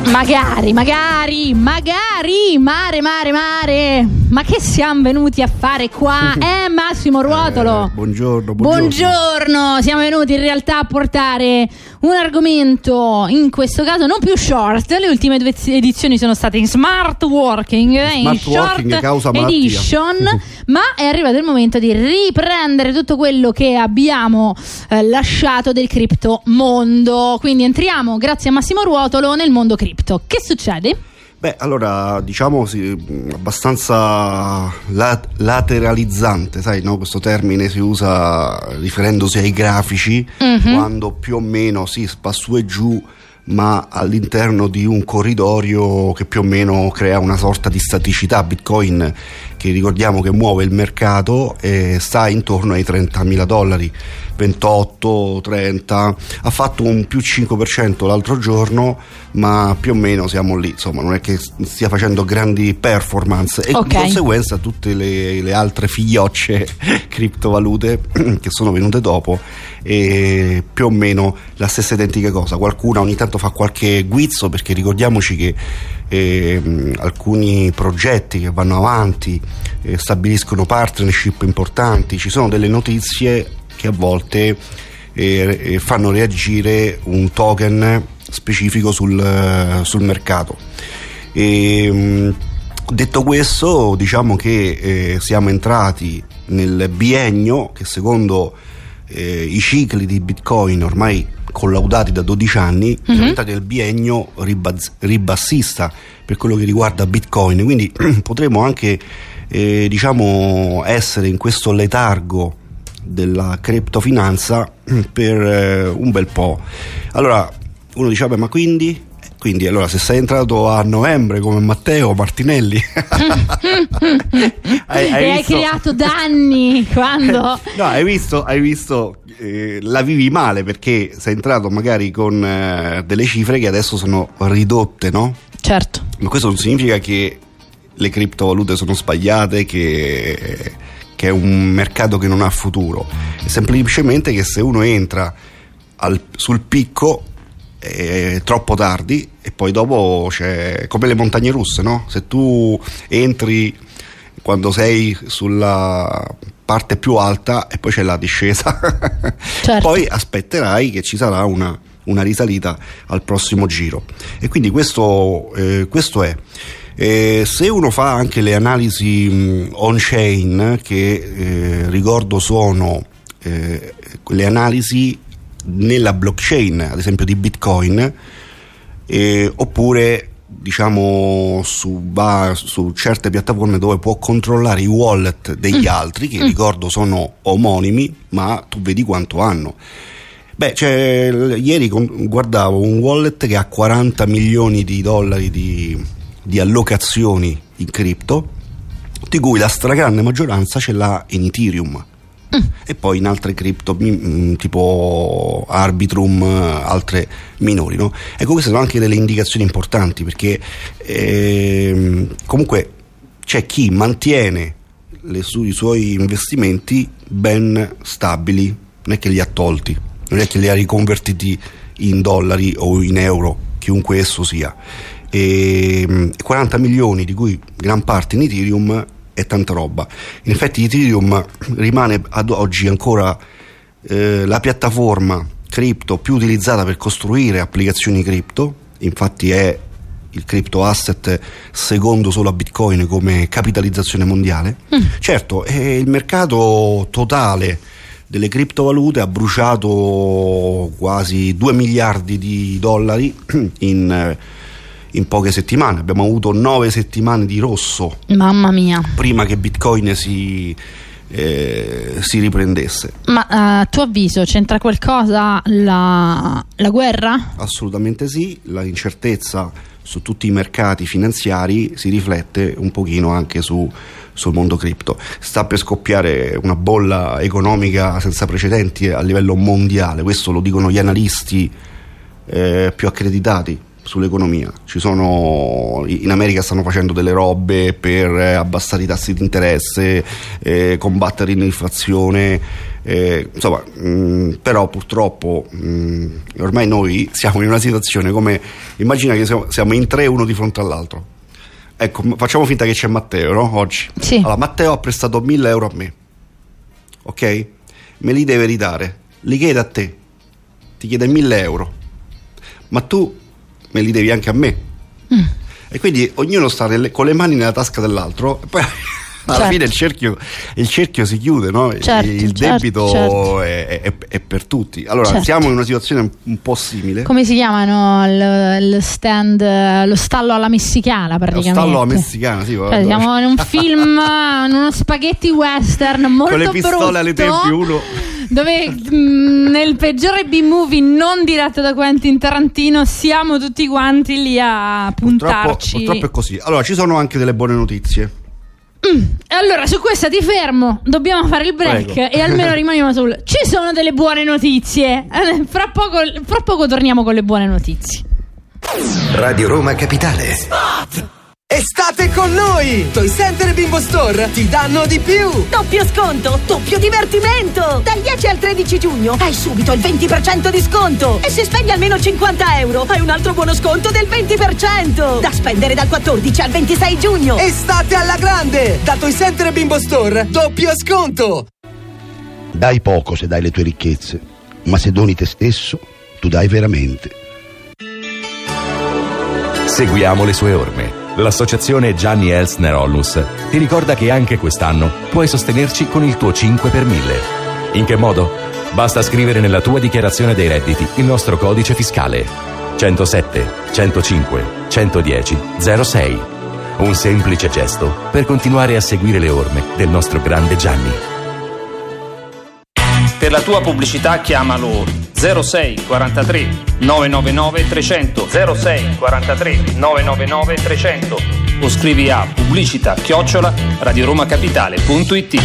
Magari, mare. Ma che siamo venuti a fare qua? Massimo Ruotolo. Buongiorno. Siamo venuti in realtà a portare un argomento, in questo caso non più short. Le ultime 2 edizioni sono state in smart working, in short edition, ma è arrivato il momento di riprendere tutto quello che abbiamo lasciato del cripto mondo. Quindi entriamo, grazie a Massimo Ruotolo, nel mondo cripto. Che succede? Beh, allora, diciamo abbastanza lateralizzante, sai, no? Questo termine si usa riferendosi ai grafici, quando più o meno si va su e giù, ma all'interno di un corridoio che più o meno crea una sorta di staticità. Bitcoin, che ricordiamo che muove il mercato, sta intorno ai $30.000, 28, 30, ha fatto un più 5% l'altro giorno, ma più o meno siamo lì, insomma non è che stia facendo grandi performance, e di conseguenza tutte le altre figliocce criptovalute che sono venute dopo, e più o meno la stessa identica cosa. Qualcuna ogni tanto fa qualche guizzo, perché ricordiamoci che alcuni progetti che vanno avanti stabiliscono partnership importanti, ci sono delle notizie che a volte fanno reagire un token specifico sul mercato. Detto questo, diciamo che siamo entrati nel biennio che, secondo i cicli di Bitcoin ormai collaudati da 12 anni, siamo entrati nel biennio ribassista per quello che riguarda Bitcoin, quindi potremo anche diciamo essere in questo letargo della criptofinanza per un bel po'. Allora uno dice: ma quindi allora, se sei entrato a novembre come Matteo Martinelli hai creato danni quando no, hai visto la vivi male, perché sei entrato magari con delle cifre che adesso sono ridotte, no? Certo. Ma questo non significa che le criptovalute sono sbagliate, che è un mercato che non ha futuro, è semplicemente che se uno entra sul picco è troppo tardi, e poi dopo c'è come le montagne russe, no? Se tu entri quando sei sulla parte più alta e poi c'è la discesa, certo, poi aspetterai che ci sarà una risalita al prossimo giro, e quindi questo è. Se uno fa anche le analisi on-chain, che ricordo sono le analisi nella blockchain, ad esempio di Bitcoin, oppure diciamo su certe piattaforme dove può controllare i wallet degli altri, che ricordo sono omonimi, ma tu vedi quanto hanno. Beh, ieri guardavo un wallet che ha $40 milioni di allocazioni in cripto, di cui la stragrande maggioranza ce l'ha in Ethereum, e poi in altre cripto tipo Arbitrum, altre minori, no? Ecco, queste sono anche delle indicazioni importanti, perché comunque c'è chi mantiene i suoi investimenti ben stabili, non è che li ha tolti, non è che li ha riconvertiti in dollari o in euro, chiunque esso sia. 40 milioni, di cui gran parte in Ethereum, è tanta roba. In effetti Ethereum rimane ad oggi ancora la piattaforma cripto più utilizzata per costruire applicazioni cripto, infatti è il crypto asset secondo solo a Bitcoin come capitalizzazione mondiale. Certo, il mercato totale delle criptovalute ha bruciato quasi $2 miliardi in poche settimane. Abbiamo avuto 9 settimane di rosso, mamma mia, prima che Bitcoin si riprendesse. Ma a tuo avviso c'entra qualcosa la guerra? Assolutamente sì, la incertezza su tutti i mercati finanziari si riflette un pochino anche sul mondo cripto. Sta per scoppiare una bolla economica senza precedenti a livello mondiale, questo lo dicono gli analisti più accreditati. sull'economia. In America stanno facendo delle robe per abbassare i tassi di interesse, combattere l'inflazione, insomma, però purtroppo ormai noi siamo in una situazione come, immagina che siamo in 3 uno di fronte all'altro. Ecco, facciamo finta che c'è Matteo, no? Oggi. Sì. Allora, Matteo ha prestato 1.000 euro a me, ok? Me li deve ridare, li chiede a te, ti chiede 1.000 euro, ma tu me li devi anche a me. E quindi ognuno sta con le mani nella tasca dell'altro, e poi alla fine il cerchio si chiude, no? Il debito è per tutti. Allora siamo in una situazione un po' simile. Come si chiamano lo stallo alla messicana, praticamente? Lo stallo alla messicana, sì. Cioè, siamo in un film, in uno spaghetti western molto brutto, con le pistole alle tempi uno, dove nel peggiore B-movie non diretto da Quentin Tarantino siamo tutti quanti lì a puntarci. Purtroppo è così. Allora, ci sono anche delle buone notizie. Allora, su questa ti fermo, dobbiamo fare il break. Prego. E almeno rimaniamo ci sono delle buone notizie. Fra poco torniamo con le buone notizie. Radio Roma Capitale. Spot! Estate con noi! Toy Center e Bimbo Store ti danno di più! Doppio sconto, doppio divertimento! Dal 10 al 13 giugno hai subito il 20% di sconto! E se spendi almeno 50 euro hai un altro buono sconto del 20%! Da spendere dal 14 al 26 giugno! Estate alla grande! Da Toy Center e Bimbo Store, doppio sconto! Dai poco se dai le tue ricchezze, ma se doni te stesso, tu dai veramente. Seguiamo le sue orme. L'associazione Gianni Elsner Onlus ti ricorda che anche quest'anno puoi sostenerci con il tuo 5 per 1000. In che modo? Basta scrivere nella tua dichiarazione dei redditi il nostro codice fiscale 107 105 110 06. Un semplice gesto per continuare a seguire le orme del nostro grande Gianni. Per la tua pubblicità chiamalo 06 43 999 300 06 43 999 300 o scrivi a pubblicità@radioromacapitale.it.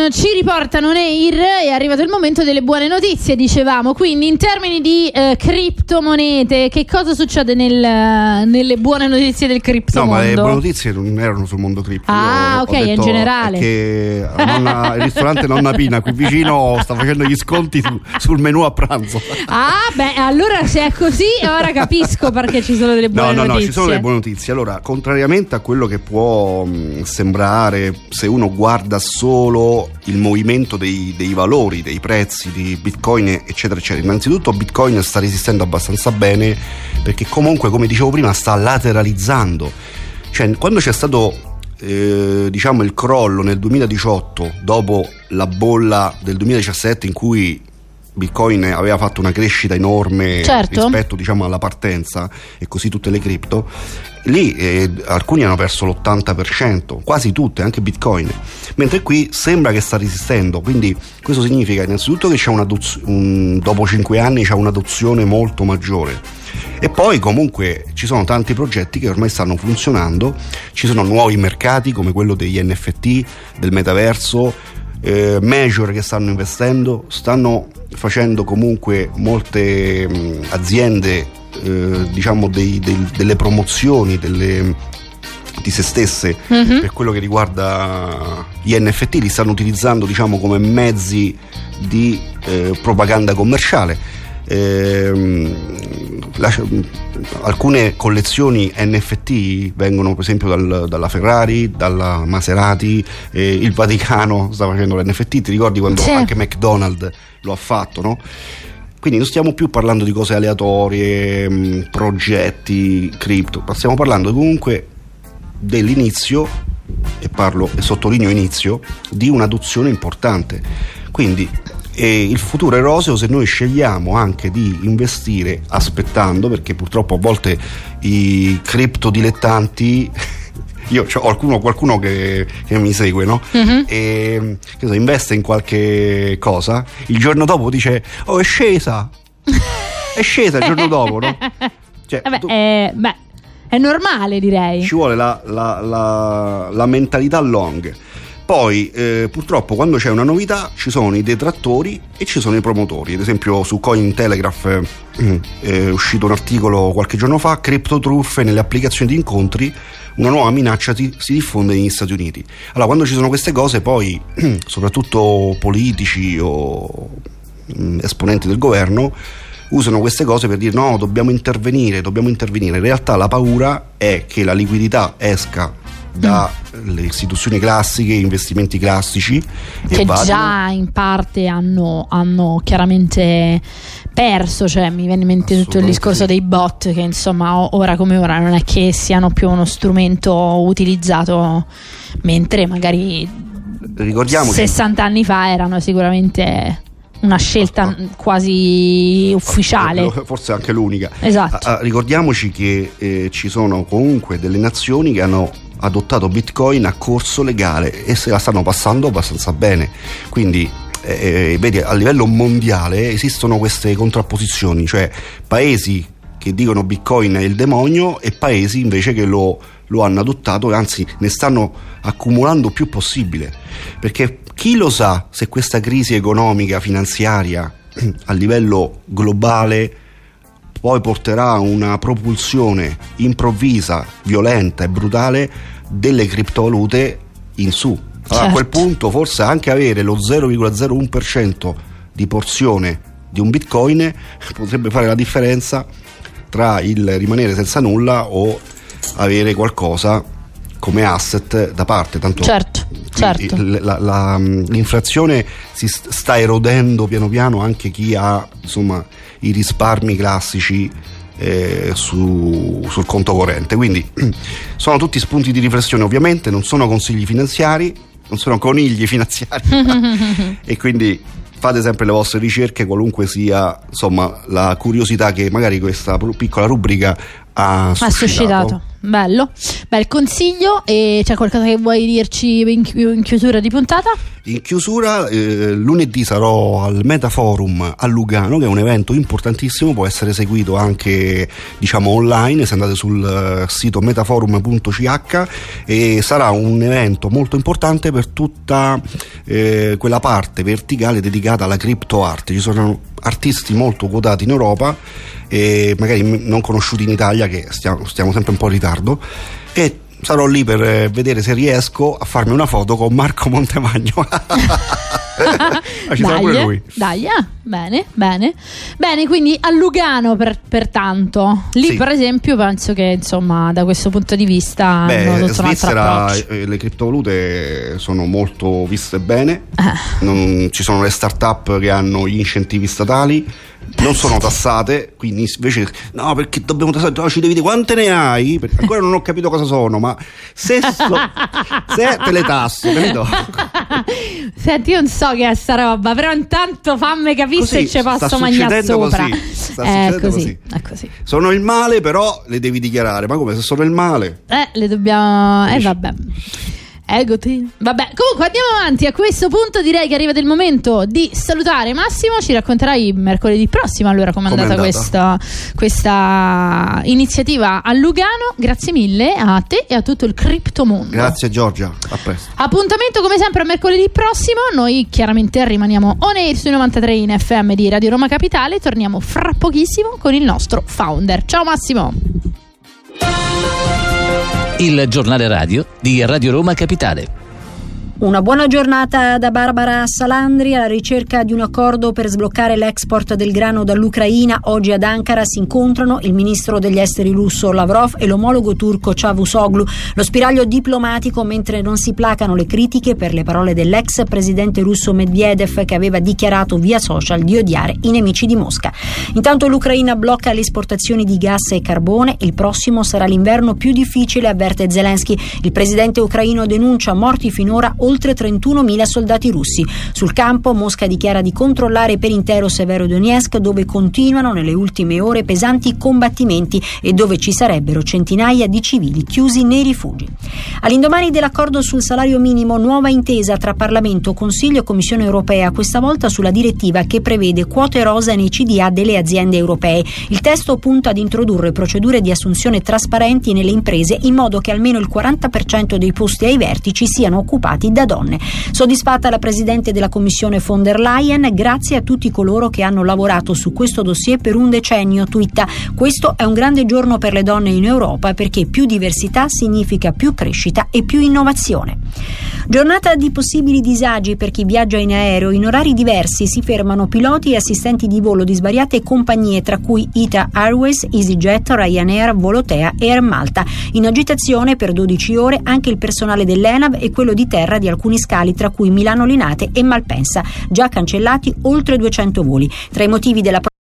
ci riportano Neir, è arrivato il momento delle buone notizie, dicevamo. Quindi in termini di criptomonete, che cosa succede nelle buone notizie del criptomondo? No, ma le buone notizie non erano sul mondo cripto. Ok, in generale. Che il ristorante Nonna Pina qui vicino sta facendo gli sconti sul menù a pranzo. Allora se è così ora capisco perché ci sono delle buone notizie. No, ci sono delle buone notizie. Allora, contrariamente a quello che può sembrare se uno guarda solo il movimento dei valori, dei prezzi di Bitcoin, eccetera eccetera, innanzitutto Bitcoin sta resistendo abbastanza bene, perché comunque, come dicevo prima, sta lateralizzando. Cioè, quando c'è stato il crollo nel 2018, dopo la bolla del 2017 in cui Bitcoin aveva fatto una crescita enorme, certo, rispetto alla partenza, e così tutte le cripto, lì alcuni hanno perso l'80%, quasi tutte, anche Bitcoin, mentre qui sembra che sta resistendo. Quindi questo significa innanzitutto che c'è dopo 5 anni c'è un'adozione molto maggiore, e poi comunque ci sono tanti progetti che ormai stanno funzionando, ci sono nuovi mercati come quello degli NFT, del metaverso, major che stanno investendo, stanno facendo comunque molte aziende delle promozioni di se stesse, per quello che riguarda gli NFT, li stanno utilizzando come mezzi di propaganda commerciale. Alcune collezioni NFT vengono per esempio dalla Ferrari, dalla Maserati, il Vaticano sta facendo l'NFT, ti ricordi quando anche McDonald's lo ha fatto, no? Quindi non stiamo più parlando di cose aleatorie, progetti cripto, ma stiamo parlando comunque dell'inizio, e sottolineo inizio, di un'adozione importante. Quindi il futuro è roseo se noi scegliamo anche di investire aspettando, perché purtroppo a volte i cripto dilettanti io ho qualcuno che mi segue, no? E investe in qualche cosa, il giorno dopo dice è scesa il giorno dopo, no? Cioè, è normale, direi. Ci vuole la mentalità long. Poi purtroppo quando c'è una novità ci sono i detrattori e ci sono i promotori. Ad esempio su Cointelegraph è uscito un articolo qualche giorno fa: criptotruffe nelle applicazioni di incontri, una nuova minaccia si diffonde negli Stati Uniti. Allora, quando ci sono queste cose, poi soprattutto politici o esponenti del governo usano queste cose per dire no, dobbiamo intervenire. In realtà la paura è che la liquidità esca dalle istituzioni classiche, investimenti classici, che già in parte hanno chiaramente perso. Cioè, mi viene in mente tutto il discorso dei bot, che insomma ora come ora non è che siano più uno strumento utilizzato, mentre magari 60 anni fa erano sicuramente una scelta quasi ufficiale, forse anche l'unica. Esatto. Ricordiamoci che ci sono comunque delle nazioni che hanno adottato Bitcoin a corso legale e se la stanno passando abbastanza bene. Quindi vedi, a livello mondiale esistono queste contrapposizioni, cioè paesi che dicono Bitcoin è il demonio e paesi invece che lo hanno adottato, anzi ne stanno accumulando più possibile, perché chi lo sa se questa crisi economica finanziaria a livello globale poi porterà a una propulsione improvvisa, violenta e brutale delle criptovalute in su. Allora, a quel punto forse anche avere lo 0,01% di porzione di un Bitcoin potrebbe fare la differenza tra il rimanere senza nulla o avere qualcosa come asset da parte. Tanto certo. L'inflazione si sta erodendo piano piano anche chi ha i risparmi classici sul conto corrente. Quindi sono tutti spunti di riflessione, ovviamente non sono consigli finanziari, non sono conigli finanziari e quindi fate sempre le vostre ricerche, qualunque sia la curiosità che magari questa piccola rubrica ha suscitato. Bello. Bel consiglio. E c'è qualcosa che vuoi dirci in chiusura di puntata? In chiusura, lunedì sarò al Metaforum a Lugano, che è un evento importantissimo, può essere seguito anche online se andate sul sito metaforum.ch, e sarà un evento molto importante per tutta quella parte verticale dedicata alla crypto art. Ci sono artisti molto quotati in Europa e magari non conosciuti in Italia, che stiamo sempre un po' in ritardo, e sarò lì per vedere se riesco a farmi una foto con Marco Montemagno. Ci sarà pure lui. Bene, quindi a Lugano pertanto lì, sì. Per esempio penso che insomma da questo punto di vista hanno tutto Svizzera le criptovalute sono molto viste bene, non ci sono le start-up che hanno gli incentivi statali, non sono tassate, quindi invece no, perché dobbiamo tassare, no, ci devi dire quante ne hai, perché ancora non ho capito cosa sono, ma se te le tasso, capito? Senti, io non so che è sta roba, però intanto fammi capire se ci posso mangiare sopra. È così. Sono il male, però le devi dichiarare. Ma come, se sono il male? Le dobbiamo. Vabbè. Egoti. Vabbè, comunque andiamo avanti. A questo punto direi che è arrivato il momento di salutare Massimo. Ci racconterai mercoledì prossimo allora com'è andata questa iniziativa a Lugano. Grazie mille a te e a tutto il criptomondo. Grazie Giorgia, a presto. Appuntamento come sempre a mercoledì prossimo. Noi chiaramente rimaniamo on air sui 93 in FM di Radio Roma Capitale. Torniamo fra pochissimo con il nostro founder. Ciao Massimo. Il giornale radio di Radio Roma Capitale. Una buona giornata da Barbara Salandri. Alla ricerca di un accordo per sbloccare l'export del grano dall'Ucraina, oggi ad Ankara si incontrano il ministro degli esteri russo Lavrov e l'omologo turco Cavusoglu. Lo spiraglio diplomatico mentre non si placano le critiche per le parole dell'ex presidente russo Medvedev, che aveva dichiarato via social di odiare i nemici di Mosca. Intanto l'Ucraina blocca le esportazioni di gas e carbone. Il prossimo sarà l'inverno più difficile, avverte Zelensky. Il presidente ucraino denuncia morti finora oltre 31.000 soldati russi. Sul campo Mosca dichiara di controllare per intero Severodonetsk, dove continuano nelle ultime ore pesanti combattimenti e dove ci sarebbero centinaia di civili chiusi nei rifugi. All'indomani dell'accordo sul salario minimo, nuova intesa tra Parlamento, Consiglio e Commissione europea, questa volta sulla direttiva che prevede quote rosa nei CDA delle aziende europee. Il testo punta ad introdurre procedure di assunzione trasparenti nelle imprese, in modo che almeno il 40% dei posti ai vertici siano occupati da donne. Soddisfatta la presidente della Commissione von der Leyen, grazie a tutti coloro che hanno lavorato su questo dossier per un decennio, twitta: questo è un grande giorno per le donne in Europa, perché più diversità significa più crescita e più innovazione. Giornata di possibili disagi per chi viaggia in aereo. In orari diversi si fermano piloti e assistenti di volo di svariate compagnie, tra cui Ita Airways, EasyJet, Ryanair, Volotea e Air Malta. In agitazione per 12 ore anche il personale dell'ENAV e quello di terra di alcuni scali, tra cui Milano Linate e Malpensa. Già cancellati oltre 200 voli. Tra i motivi della